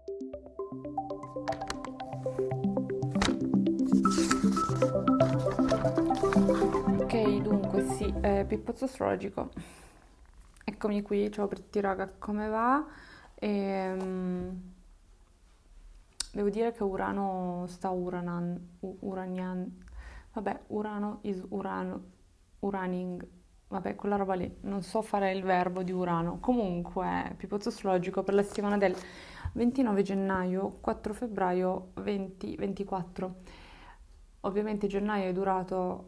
Ok, dunque sì, Pippozzo astrologico. Eccomi qui, ciao Britti raga, come va? Devo dire che Urano sta vabbè, Urano is Uraning, vabbè, quella roba lì, non so fare il verbo di Urano. Comunque, Pippozzo astrologico per la settimana del 29 gennaio, 4 febbraio 2024. Ovviamente gennaio è durato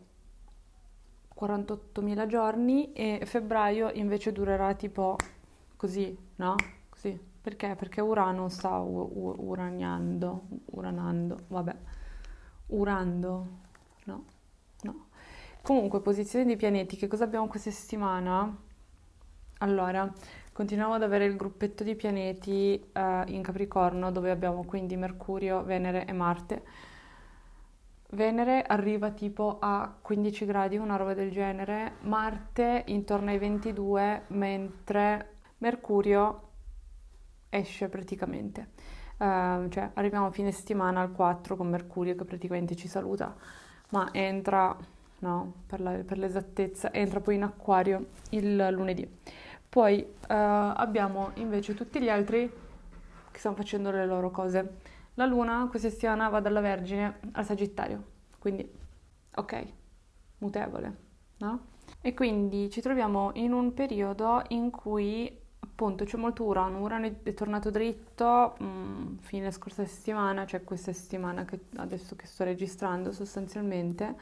48.000 giorni e febbraio invece durerà tipo così, no? Così. Perché? Perché Urano sta uranando, vabbè, urando, no, no. Comunque, posizione dei pianeti, che cosa abbiamo questa settimana? Allora, continuiamo ad avere il gruppetto di pianeti in Capricorno, dove abbiamo quindi Mercurio, Venere e Marte. Venere arriva tipo a 15 gradi, una roba del genere, Marte intorno ai 22, mentre Mercurio esce praticamente. Cioè arriviamo a fine settimana al 4 con Mercurio che praticamente ci saluta, ma entra, no, per l'esattezza, entra poi in Acquario il lunedì. Poi abbiamo invece tutti gli altri che stanno facendo le loro cose. La Luna questa settimana va dalla Vergine al Sagittario, quindi ok, mutevole, no? E quindi ci troviamo in un periodo in cui appunto c'è molto Urano, Urano è tornato dritto fine scorsa settimana, cioè questa settimana che adesso che sto registrando sostanzialmente.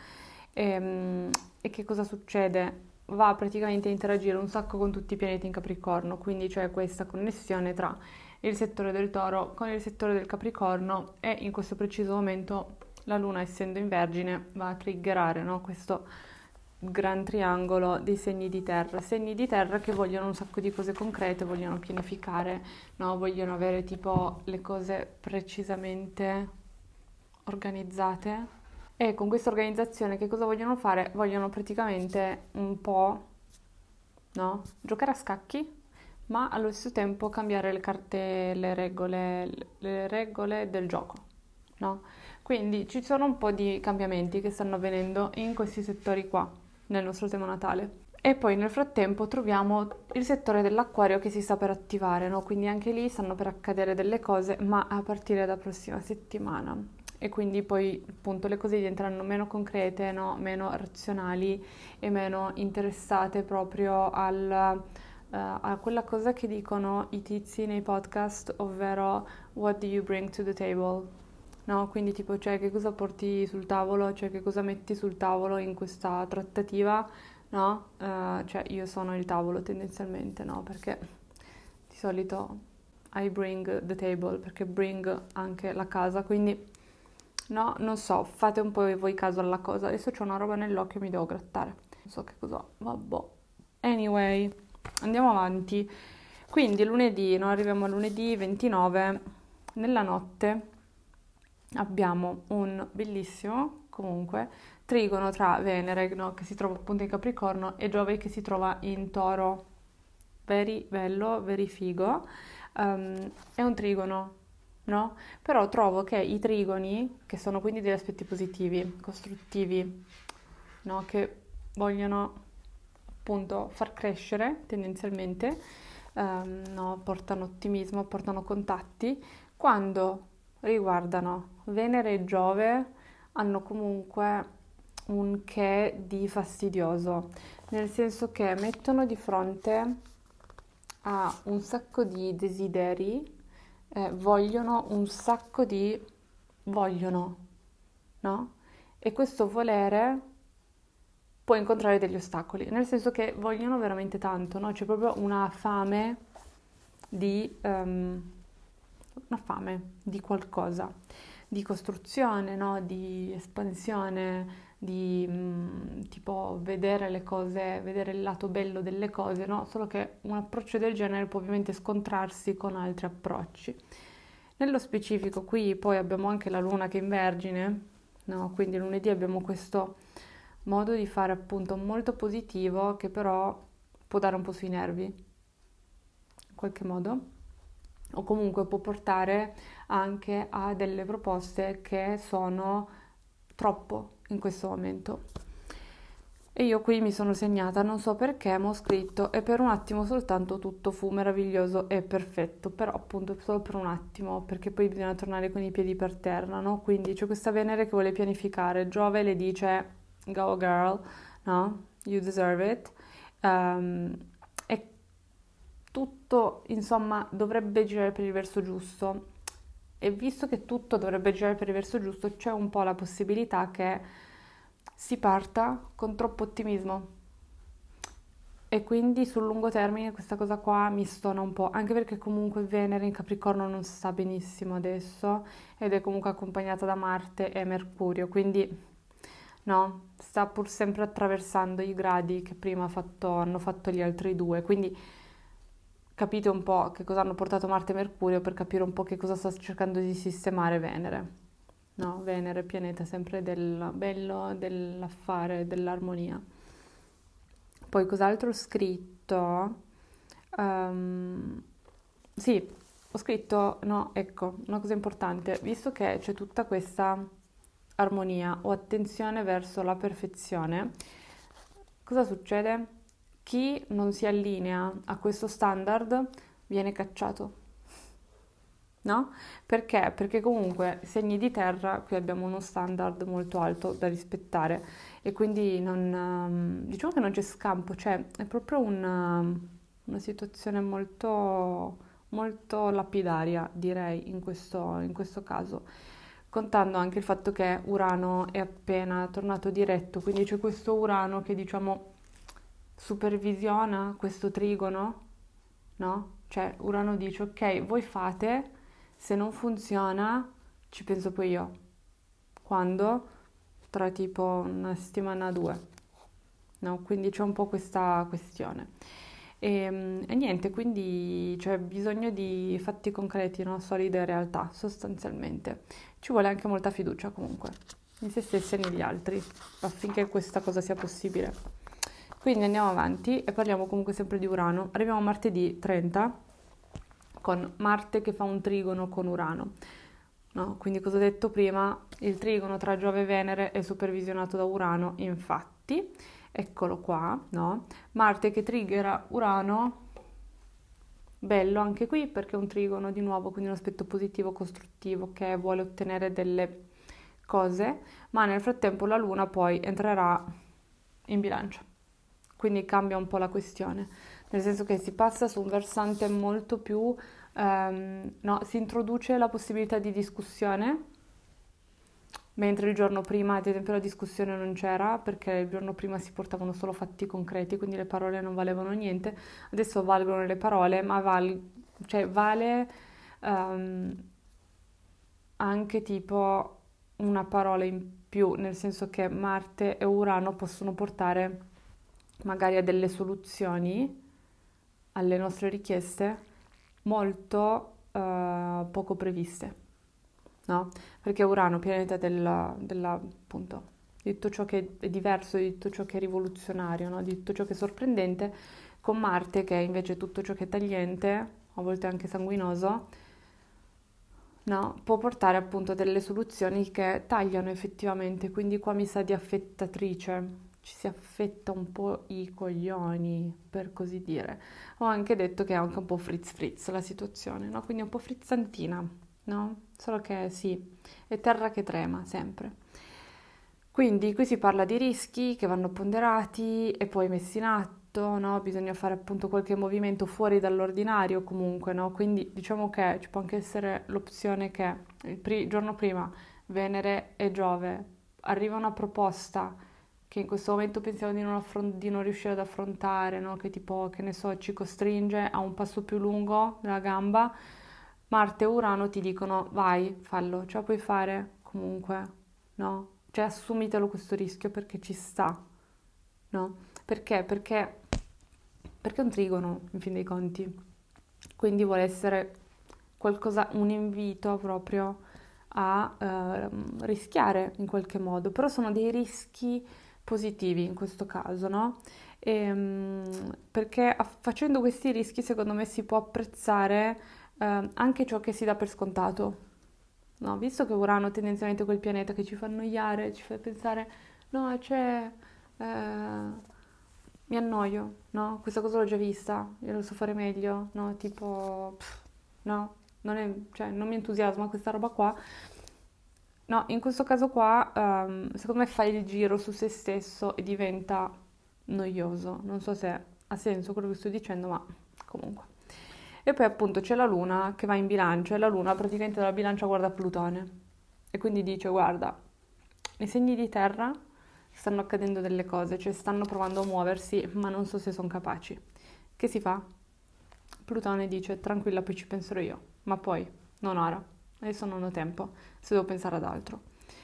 E che cosa succede? Va praticamente a interagire un sacco con tutti i pianeti in Capricorno, quindi c'è questa connessione tra il settore del Toro con il settore del Capricorno e in questo preciso momento la Luna, essendo in Vergine, va a triggerare, no? Questo gran triangolo dei segni di terra che vogliono un sacco di cose concrete, vogliono pianificare, no? Vogliono avere tipo le cose precisamente organizzate. E con questa organizzazione che cosa vogliono fare? Vogliono praticamente un po', no? Giocare a scacchi, ma allo stesso tempo cambiare le carte, le regole del gioco, no? Quindi ci sono un po' di cambiamenti che stanno avvenendo in questi settori qua, nel nostro tema natale. E poi nel frattempo troviamo il settore dell'acquario che si sta per attivare, no? Quindi anche lì stanno per accadere delle cose, ma a partire da prossima settimana. E quindi poi appunto le cose diventeranno meno concrete, no? Meno razionali e meno interessate proprio a quella cosa che dicono i tizi nei podcast, ovvero what do you bring to the table? No, quindi tipo, cioè, che cosa porti sul tavolo, cioè, che cosa metti sul tavolo in questa trattativa, no? Cioè, io sono il tavolo tendenzialmente, no? Perché di solito I bring the table, perché bring anche la casa, quindi, no, non so, fate un po' voi caso alla cosa. Adesso c'ho una roba nell'occhio e mi devo grattare. Non so che cos'ho, vabbè. Anyway, andiamo avanti. Quindi lunedì, no? Arriviamo a lunedì 29, nella notte abbiamo un bellissimo, comunque, trigono tra Venere, no, che si trova appunto in Capricorno, e Giove che si trova in Toro. Very bello, very figo. È un trigono, no? Però trovo che i trigoni, che sono quindi degli aspetti positivi, costruttivi, no? Che vogliono appunto far crescere tendenzialmente, no? Portano ottimismo, portano contatti, quando riguardano Venere e Giove hanno comunque un che di fastidioso, nel senso che mettono di fronte a un sacco di desideri, vogliono un sacco di vogliono, no? E questo volere può incontrare degli ostacoli, nel senso che vogliono veramente tanto, no? C'è proprio una fame di qualcosa, di costruzione, no? Di espansione, di tipo vedere le cose, vedere il lato bello delle cose, no? Solo che un approccio del genere può ovviamente scontrarsi con altri approcci. Nello specifico qui poi abbiamo anche la luna che è in Vergine, no? Quindi lunedì abbiamo questo modo di fare appunto molto positivo che però può dare un po' sui nervi, in qualche modo. o comunque può portare anche a delle proposte che sono troppo in questo momento. E io qui mi sono segnata, non so perché, ma ho scritto e per un attimo soltanto tutto fu meraviglioso e perfetto, però appunto solo per un attimo, perché poi bisogna tornare con i piedi per terra, no? Quindi c'è questa Venere che vuole pianificare, Giove le dice go girl, no? You deserve it. E tutto, insomma, dovrebbe girare per il verso giusto. E visto che tutto dovrebbe girare per il verso giusto, c'è un po' la possibilità che si parta con troppo ottimismo. E quindi sul lungo termine questa cosa qua mi stona un po', anche perché comunque Venere in Capricorno non sta benissimo adesso ed è comunque accompagnata da Marte e Mercurio, quindi no, sta pur sempre attraversando i gradi che prima hanno fatto gli altri due, quindi capite un po' che cosa hanno portato Marte e Mercurio per capire un po' che cosa sta cercando di sistemare Venere. No, Venere, pianeta sempre del bello, dell'affare, dell'armonia. Poi cos'altro ho scritto? Ehm, sì, ho scritto, no, ecco, una cosa importante, visto che c'è tutta questa armonia o attenzione verso la perfezione, cosa succede? Chi non si allinea a questo standard viene cacciato. No? Perché? Perché comunque segni di terra, qui abbiamo uno standard molto alto da rispettare e quindi diciamo che non c'è scampo, cioè è proprio una situazione molto, molto lapidaria, direi, in questo caso, contando anche il fatto che Urano è appena tornato diretto, quindi c'è questo Urano che diciamo supervisiona questo trigono, no? Cioè Urano dice ok, voi fate, se non funziona ci penso poi io. Quando? Tra tipo una settimana o due, no? Quindi c'è un po' questa questione. E niente, quindi c'è bisogno di fatti concreti, no? Solide realtà, sostanzialmente. Ci vuole anche molta fiducia comunque, in se stessi e negli altri, affinché questa cosa sia possibile. Quindi andiamo avanti e parliamo comunque sempre di Urano. Arriviamo a martedì 30 con Marte che fa un trigono con Urano. No? Quindi cosa ho detto prima? Il trigono tra Giove e Venere è supervisionato da Urano, infatti, eccolo qua, no? Marte che triggera Urano, bello anche qui perché è un trigono di nuovo, quindi un aspetto positivo, costruttivo che vuole ottenere delle cose, ma nel frattempo la Luna poi entrerà in bilancia, quindi cambia un po' la questione, nel senso che si passa su un versante molto più, no, si introduce la possibilità di discussione, mentre il giorno prima, ad esempio, la discussione non c'era perché il giorno prima si portavano solo fatti concreti, quindi le parole non valevano niente. Adesso valgono le parole, ma cioè vale ehm, anche tipo una parola in più, nel senso che Marte e Urano possono portare magari a delle soluzioni alle nostre richieste molto poco previste, no? Perché Urano, pianeta appunto, di tutto ciò che è diverso, di tutto ciò che è rivoluzionario, no? Di tutto ciò che è sorprendente, con Marte che è invece tutto ciò che è tagliente, a volte anche sanguinoso, no? Può portare appunto a delle soluzioni che tagliano effettivamente, quindi qua mi sa di affettatrice, ci si affetta un po' i coglioni, per così dire. Ho anche detto che è anche un po' frizz frizz la situazione, no? Quindi un po' frizzantina, no? Solo che sì, è terra che trema sempre. Quindi qui si parla di rischi che vanno ponderati e poi messi in atto, no? Bisogna fare appunto qualche movimento fuori dall'ordinario comunque, no? Quindi diciamo che ci può anche essere l'opzione che giorno prima Venere e Giove arriva una proposta che in questo momento pensiamo di non riuscire ad affrontare, no? Che tipo, che ne so, ci costringe a un passo più lungo della gamba. Marte e Urano ti dicono vai, fallo, ce la puoi fare comunque, no? Cioè assumitelo questo rischio perché ci sta, no? Perché? Perché è un trigono, in fin dei conti. Quindi vuole essere qualcosa, un invito proprio a rischiare in qualche modo, però sono dei rischi positivi in questo caso, no? Perché facendo questi rischi secondo me si può apprezzare anche ciò che si dà per scontato. No, visto che Urano è tendenzialmente quel pianeta che ci fa annoiare, ci fa pensare, no, mi annoio, no, questa cosa l'ho già vista, io lo so fare meglio, no, tipo, no, cioè, non mi entusiasma questa roba qua. No, in questo caso qua, secondo me fa il giro su se stesso e diventa noioso. Non so se ha senso quello che sto dicendo, ma comunque. E poi appunto c'è la Luna che va in bilancia e la Luna praticamente dalla bilancia guarda Plutone e quindi dice guarda, nei segni di terra stanno accadendo delle cose, cioè stanno provando a muoversi, ma non so se sono capaci. Che si fa? Plutone dice tranquilla, poi ci penserò io, ma poi non ora, adesso non ho tempo, se devo pensare ad altro.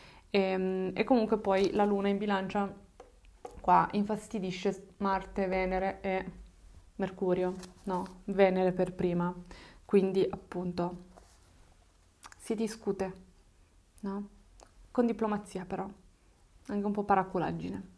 E comunque poi la Luna in bilancia qua infastidisce Marte, Venere e Mercurio, no, Venere per prima, quindi appunto si discute, no? Con diplomazia però, anche un po' paraculaggine.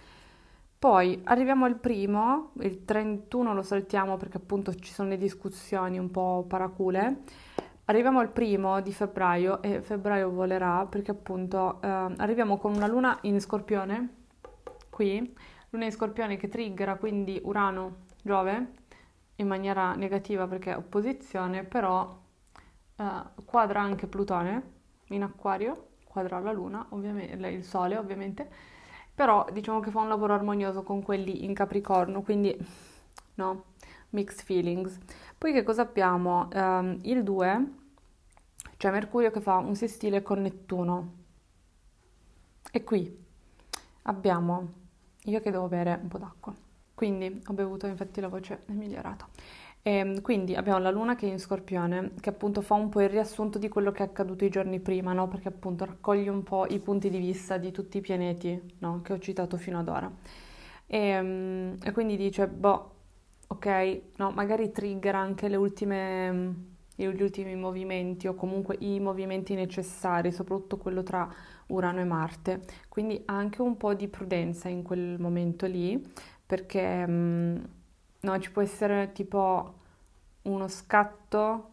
Poi arriviamo al primo, il 31 lo saltiamo perché appunto ci sono le discussioni un po' paracule. Arriviamo al primo di febbraio e febbraio volerà perché appunto arriviamo con una luna in Scorpione, qui, luna in Scorpione che triggera quindi Urano, Giove, in maniera negativa perché è opposizione, però quadra anche Plutone in Acquario, quadra la luna, ovviamente, il Sole ovviamente, però diciamo che fa un lavoro armonioso con quelli in Capricorno, quindi no, mixed feelings. Poi che cosa abbiamo? Il 2, cioè Mercurio che fa un sestile con Nettuno. E qui abbiamo, io che devo bere un po' d'acqua, quindi ho bevuto, infatti la voce è migliorata. Quindi abbiamo la Luna che è in Scorpione, che appunto fa un po' il riassunto di quello che è accaduto i giorni prima, no? Perché appunto raccoglie un po' i punti di vista di tutti i pianeti, no? Che ho citato fino ad ora. E quindi dice, boh, ok, no, magari triggera anche gli ultimi movimenti o comunque i movimenti necessari, soprattutto quello tra Urano e Marte. Quindi anche un po' di prudenza in quel momento lì, perché no, ci può essere tipo uno scatto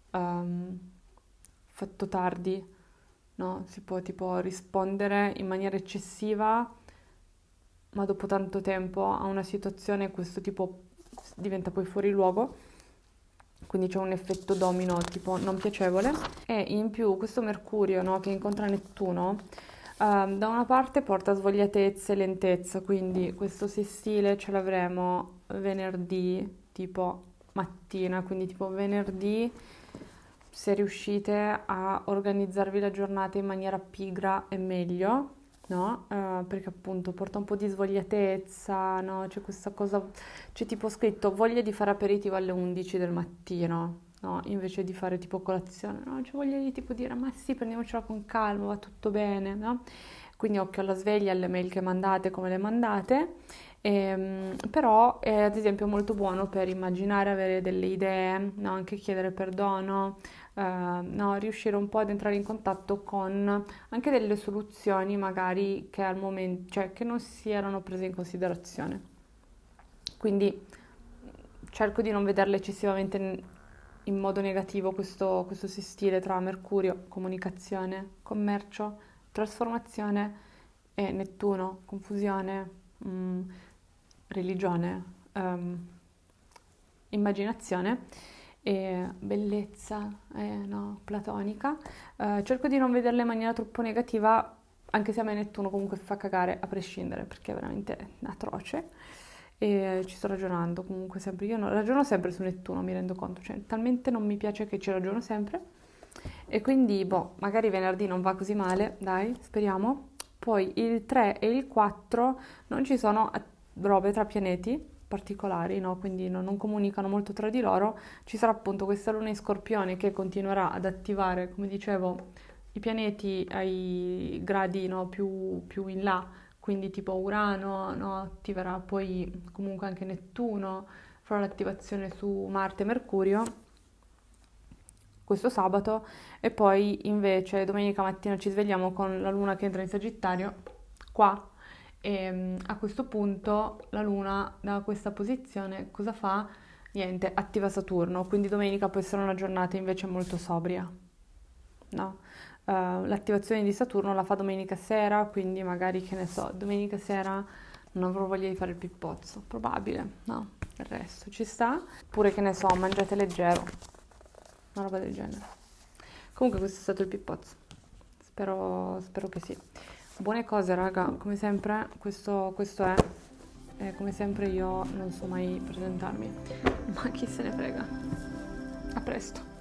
fatto tardi, no? Si può tipo rispondere in maniera eccessiva, ma dopo tanto tempo a una situazione questo tipo diventa poi fuori luogo, quindi c'è un effetto domino tipo non piacevole. E in più questo Mercurio, no, che incontra Nettuno, da una parte porta svogliatezza e lentezza, quindi questo sestile ce l'avremo venerdì tipo mattina, quindi tipo venerdì se riuscite a organizzarvi la giornata in maniera pigra è meglio, no? Perché appunto porta un po' di svogliatezza, no? C'è questa cosa, c'è tipo scritto voglia di fare aperitivo alle 11 del mattino, no? Invece di fare tipo colazione, no? C'è voglia di tipo dire ma sì, prendiamocela con calma, va tutto bene, no? Quindi occhio alla sveglia, alle mail che mandate, come le mandate. Però è ad esempio molto buono per immaginare, avere delle idee, no? Anche chiedere perdono, no? Riuscire un po' ad entrare in contatto con anche delle soluzioni magari che al momento, cioè che non si erano prese in considerazione. Quindi cerco di non vederle eccessivamente in modo negativo questo sestile tra Mercurio, comunicazione, commercio, trasformazione e Nettuno, confusione, religione, immaginazione e bellezza, no, platonica. Cerco di non vederla in maniera troppo negativa, anche se a me Nettuno comunque fa cagare a prescindere, perché è veramente atroce. E ci sto ragionando comunque sempre. Io ragiono sempre su Nettuno, mi rendo conto, cioè talmente non mi piace che ci ragiono sempre. E quindi, boh, magari venerdì non va così male, dai, speriamo. Poi il 3 e il 4 non ci sono robe tra pianeti particolari, no? Quindi non comunicano molto tra di loro. Ci sarà appunto questa luna in Scorpione che continuerà ad attivare, come dicevo, i pianeti ai gradi, no, più in là, quindi tipo Urano, no, attiverà poi comunque anche Nettuno, farà l'attivazione su Marte e Mercurio questo sabato e poi invece domenica mattina ci svegliamo con la luna che entra in Sagittario qua e a questo punto la luna da questa posizione cosa fa? niente, attiva Saturno, quindi domenica può essere una giornata invece molto sobria, no? L'attivazione di Saturno la fa domenica sera, quindi magari, che ne so, domenica sera non avrò voglia di fare il pippozzo, probabile, no? Il resto ci sta, oppure che ne so, mangiate leggero, una roba del genere. Comunque questo è stato il pippozzo, spero che sì. Buone cose raga, come sempre questo è, e come sempre io non so mai presentarmi, ma chi se ne frega. A presto.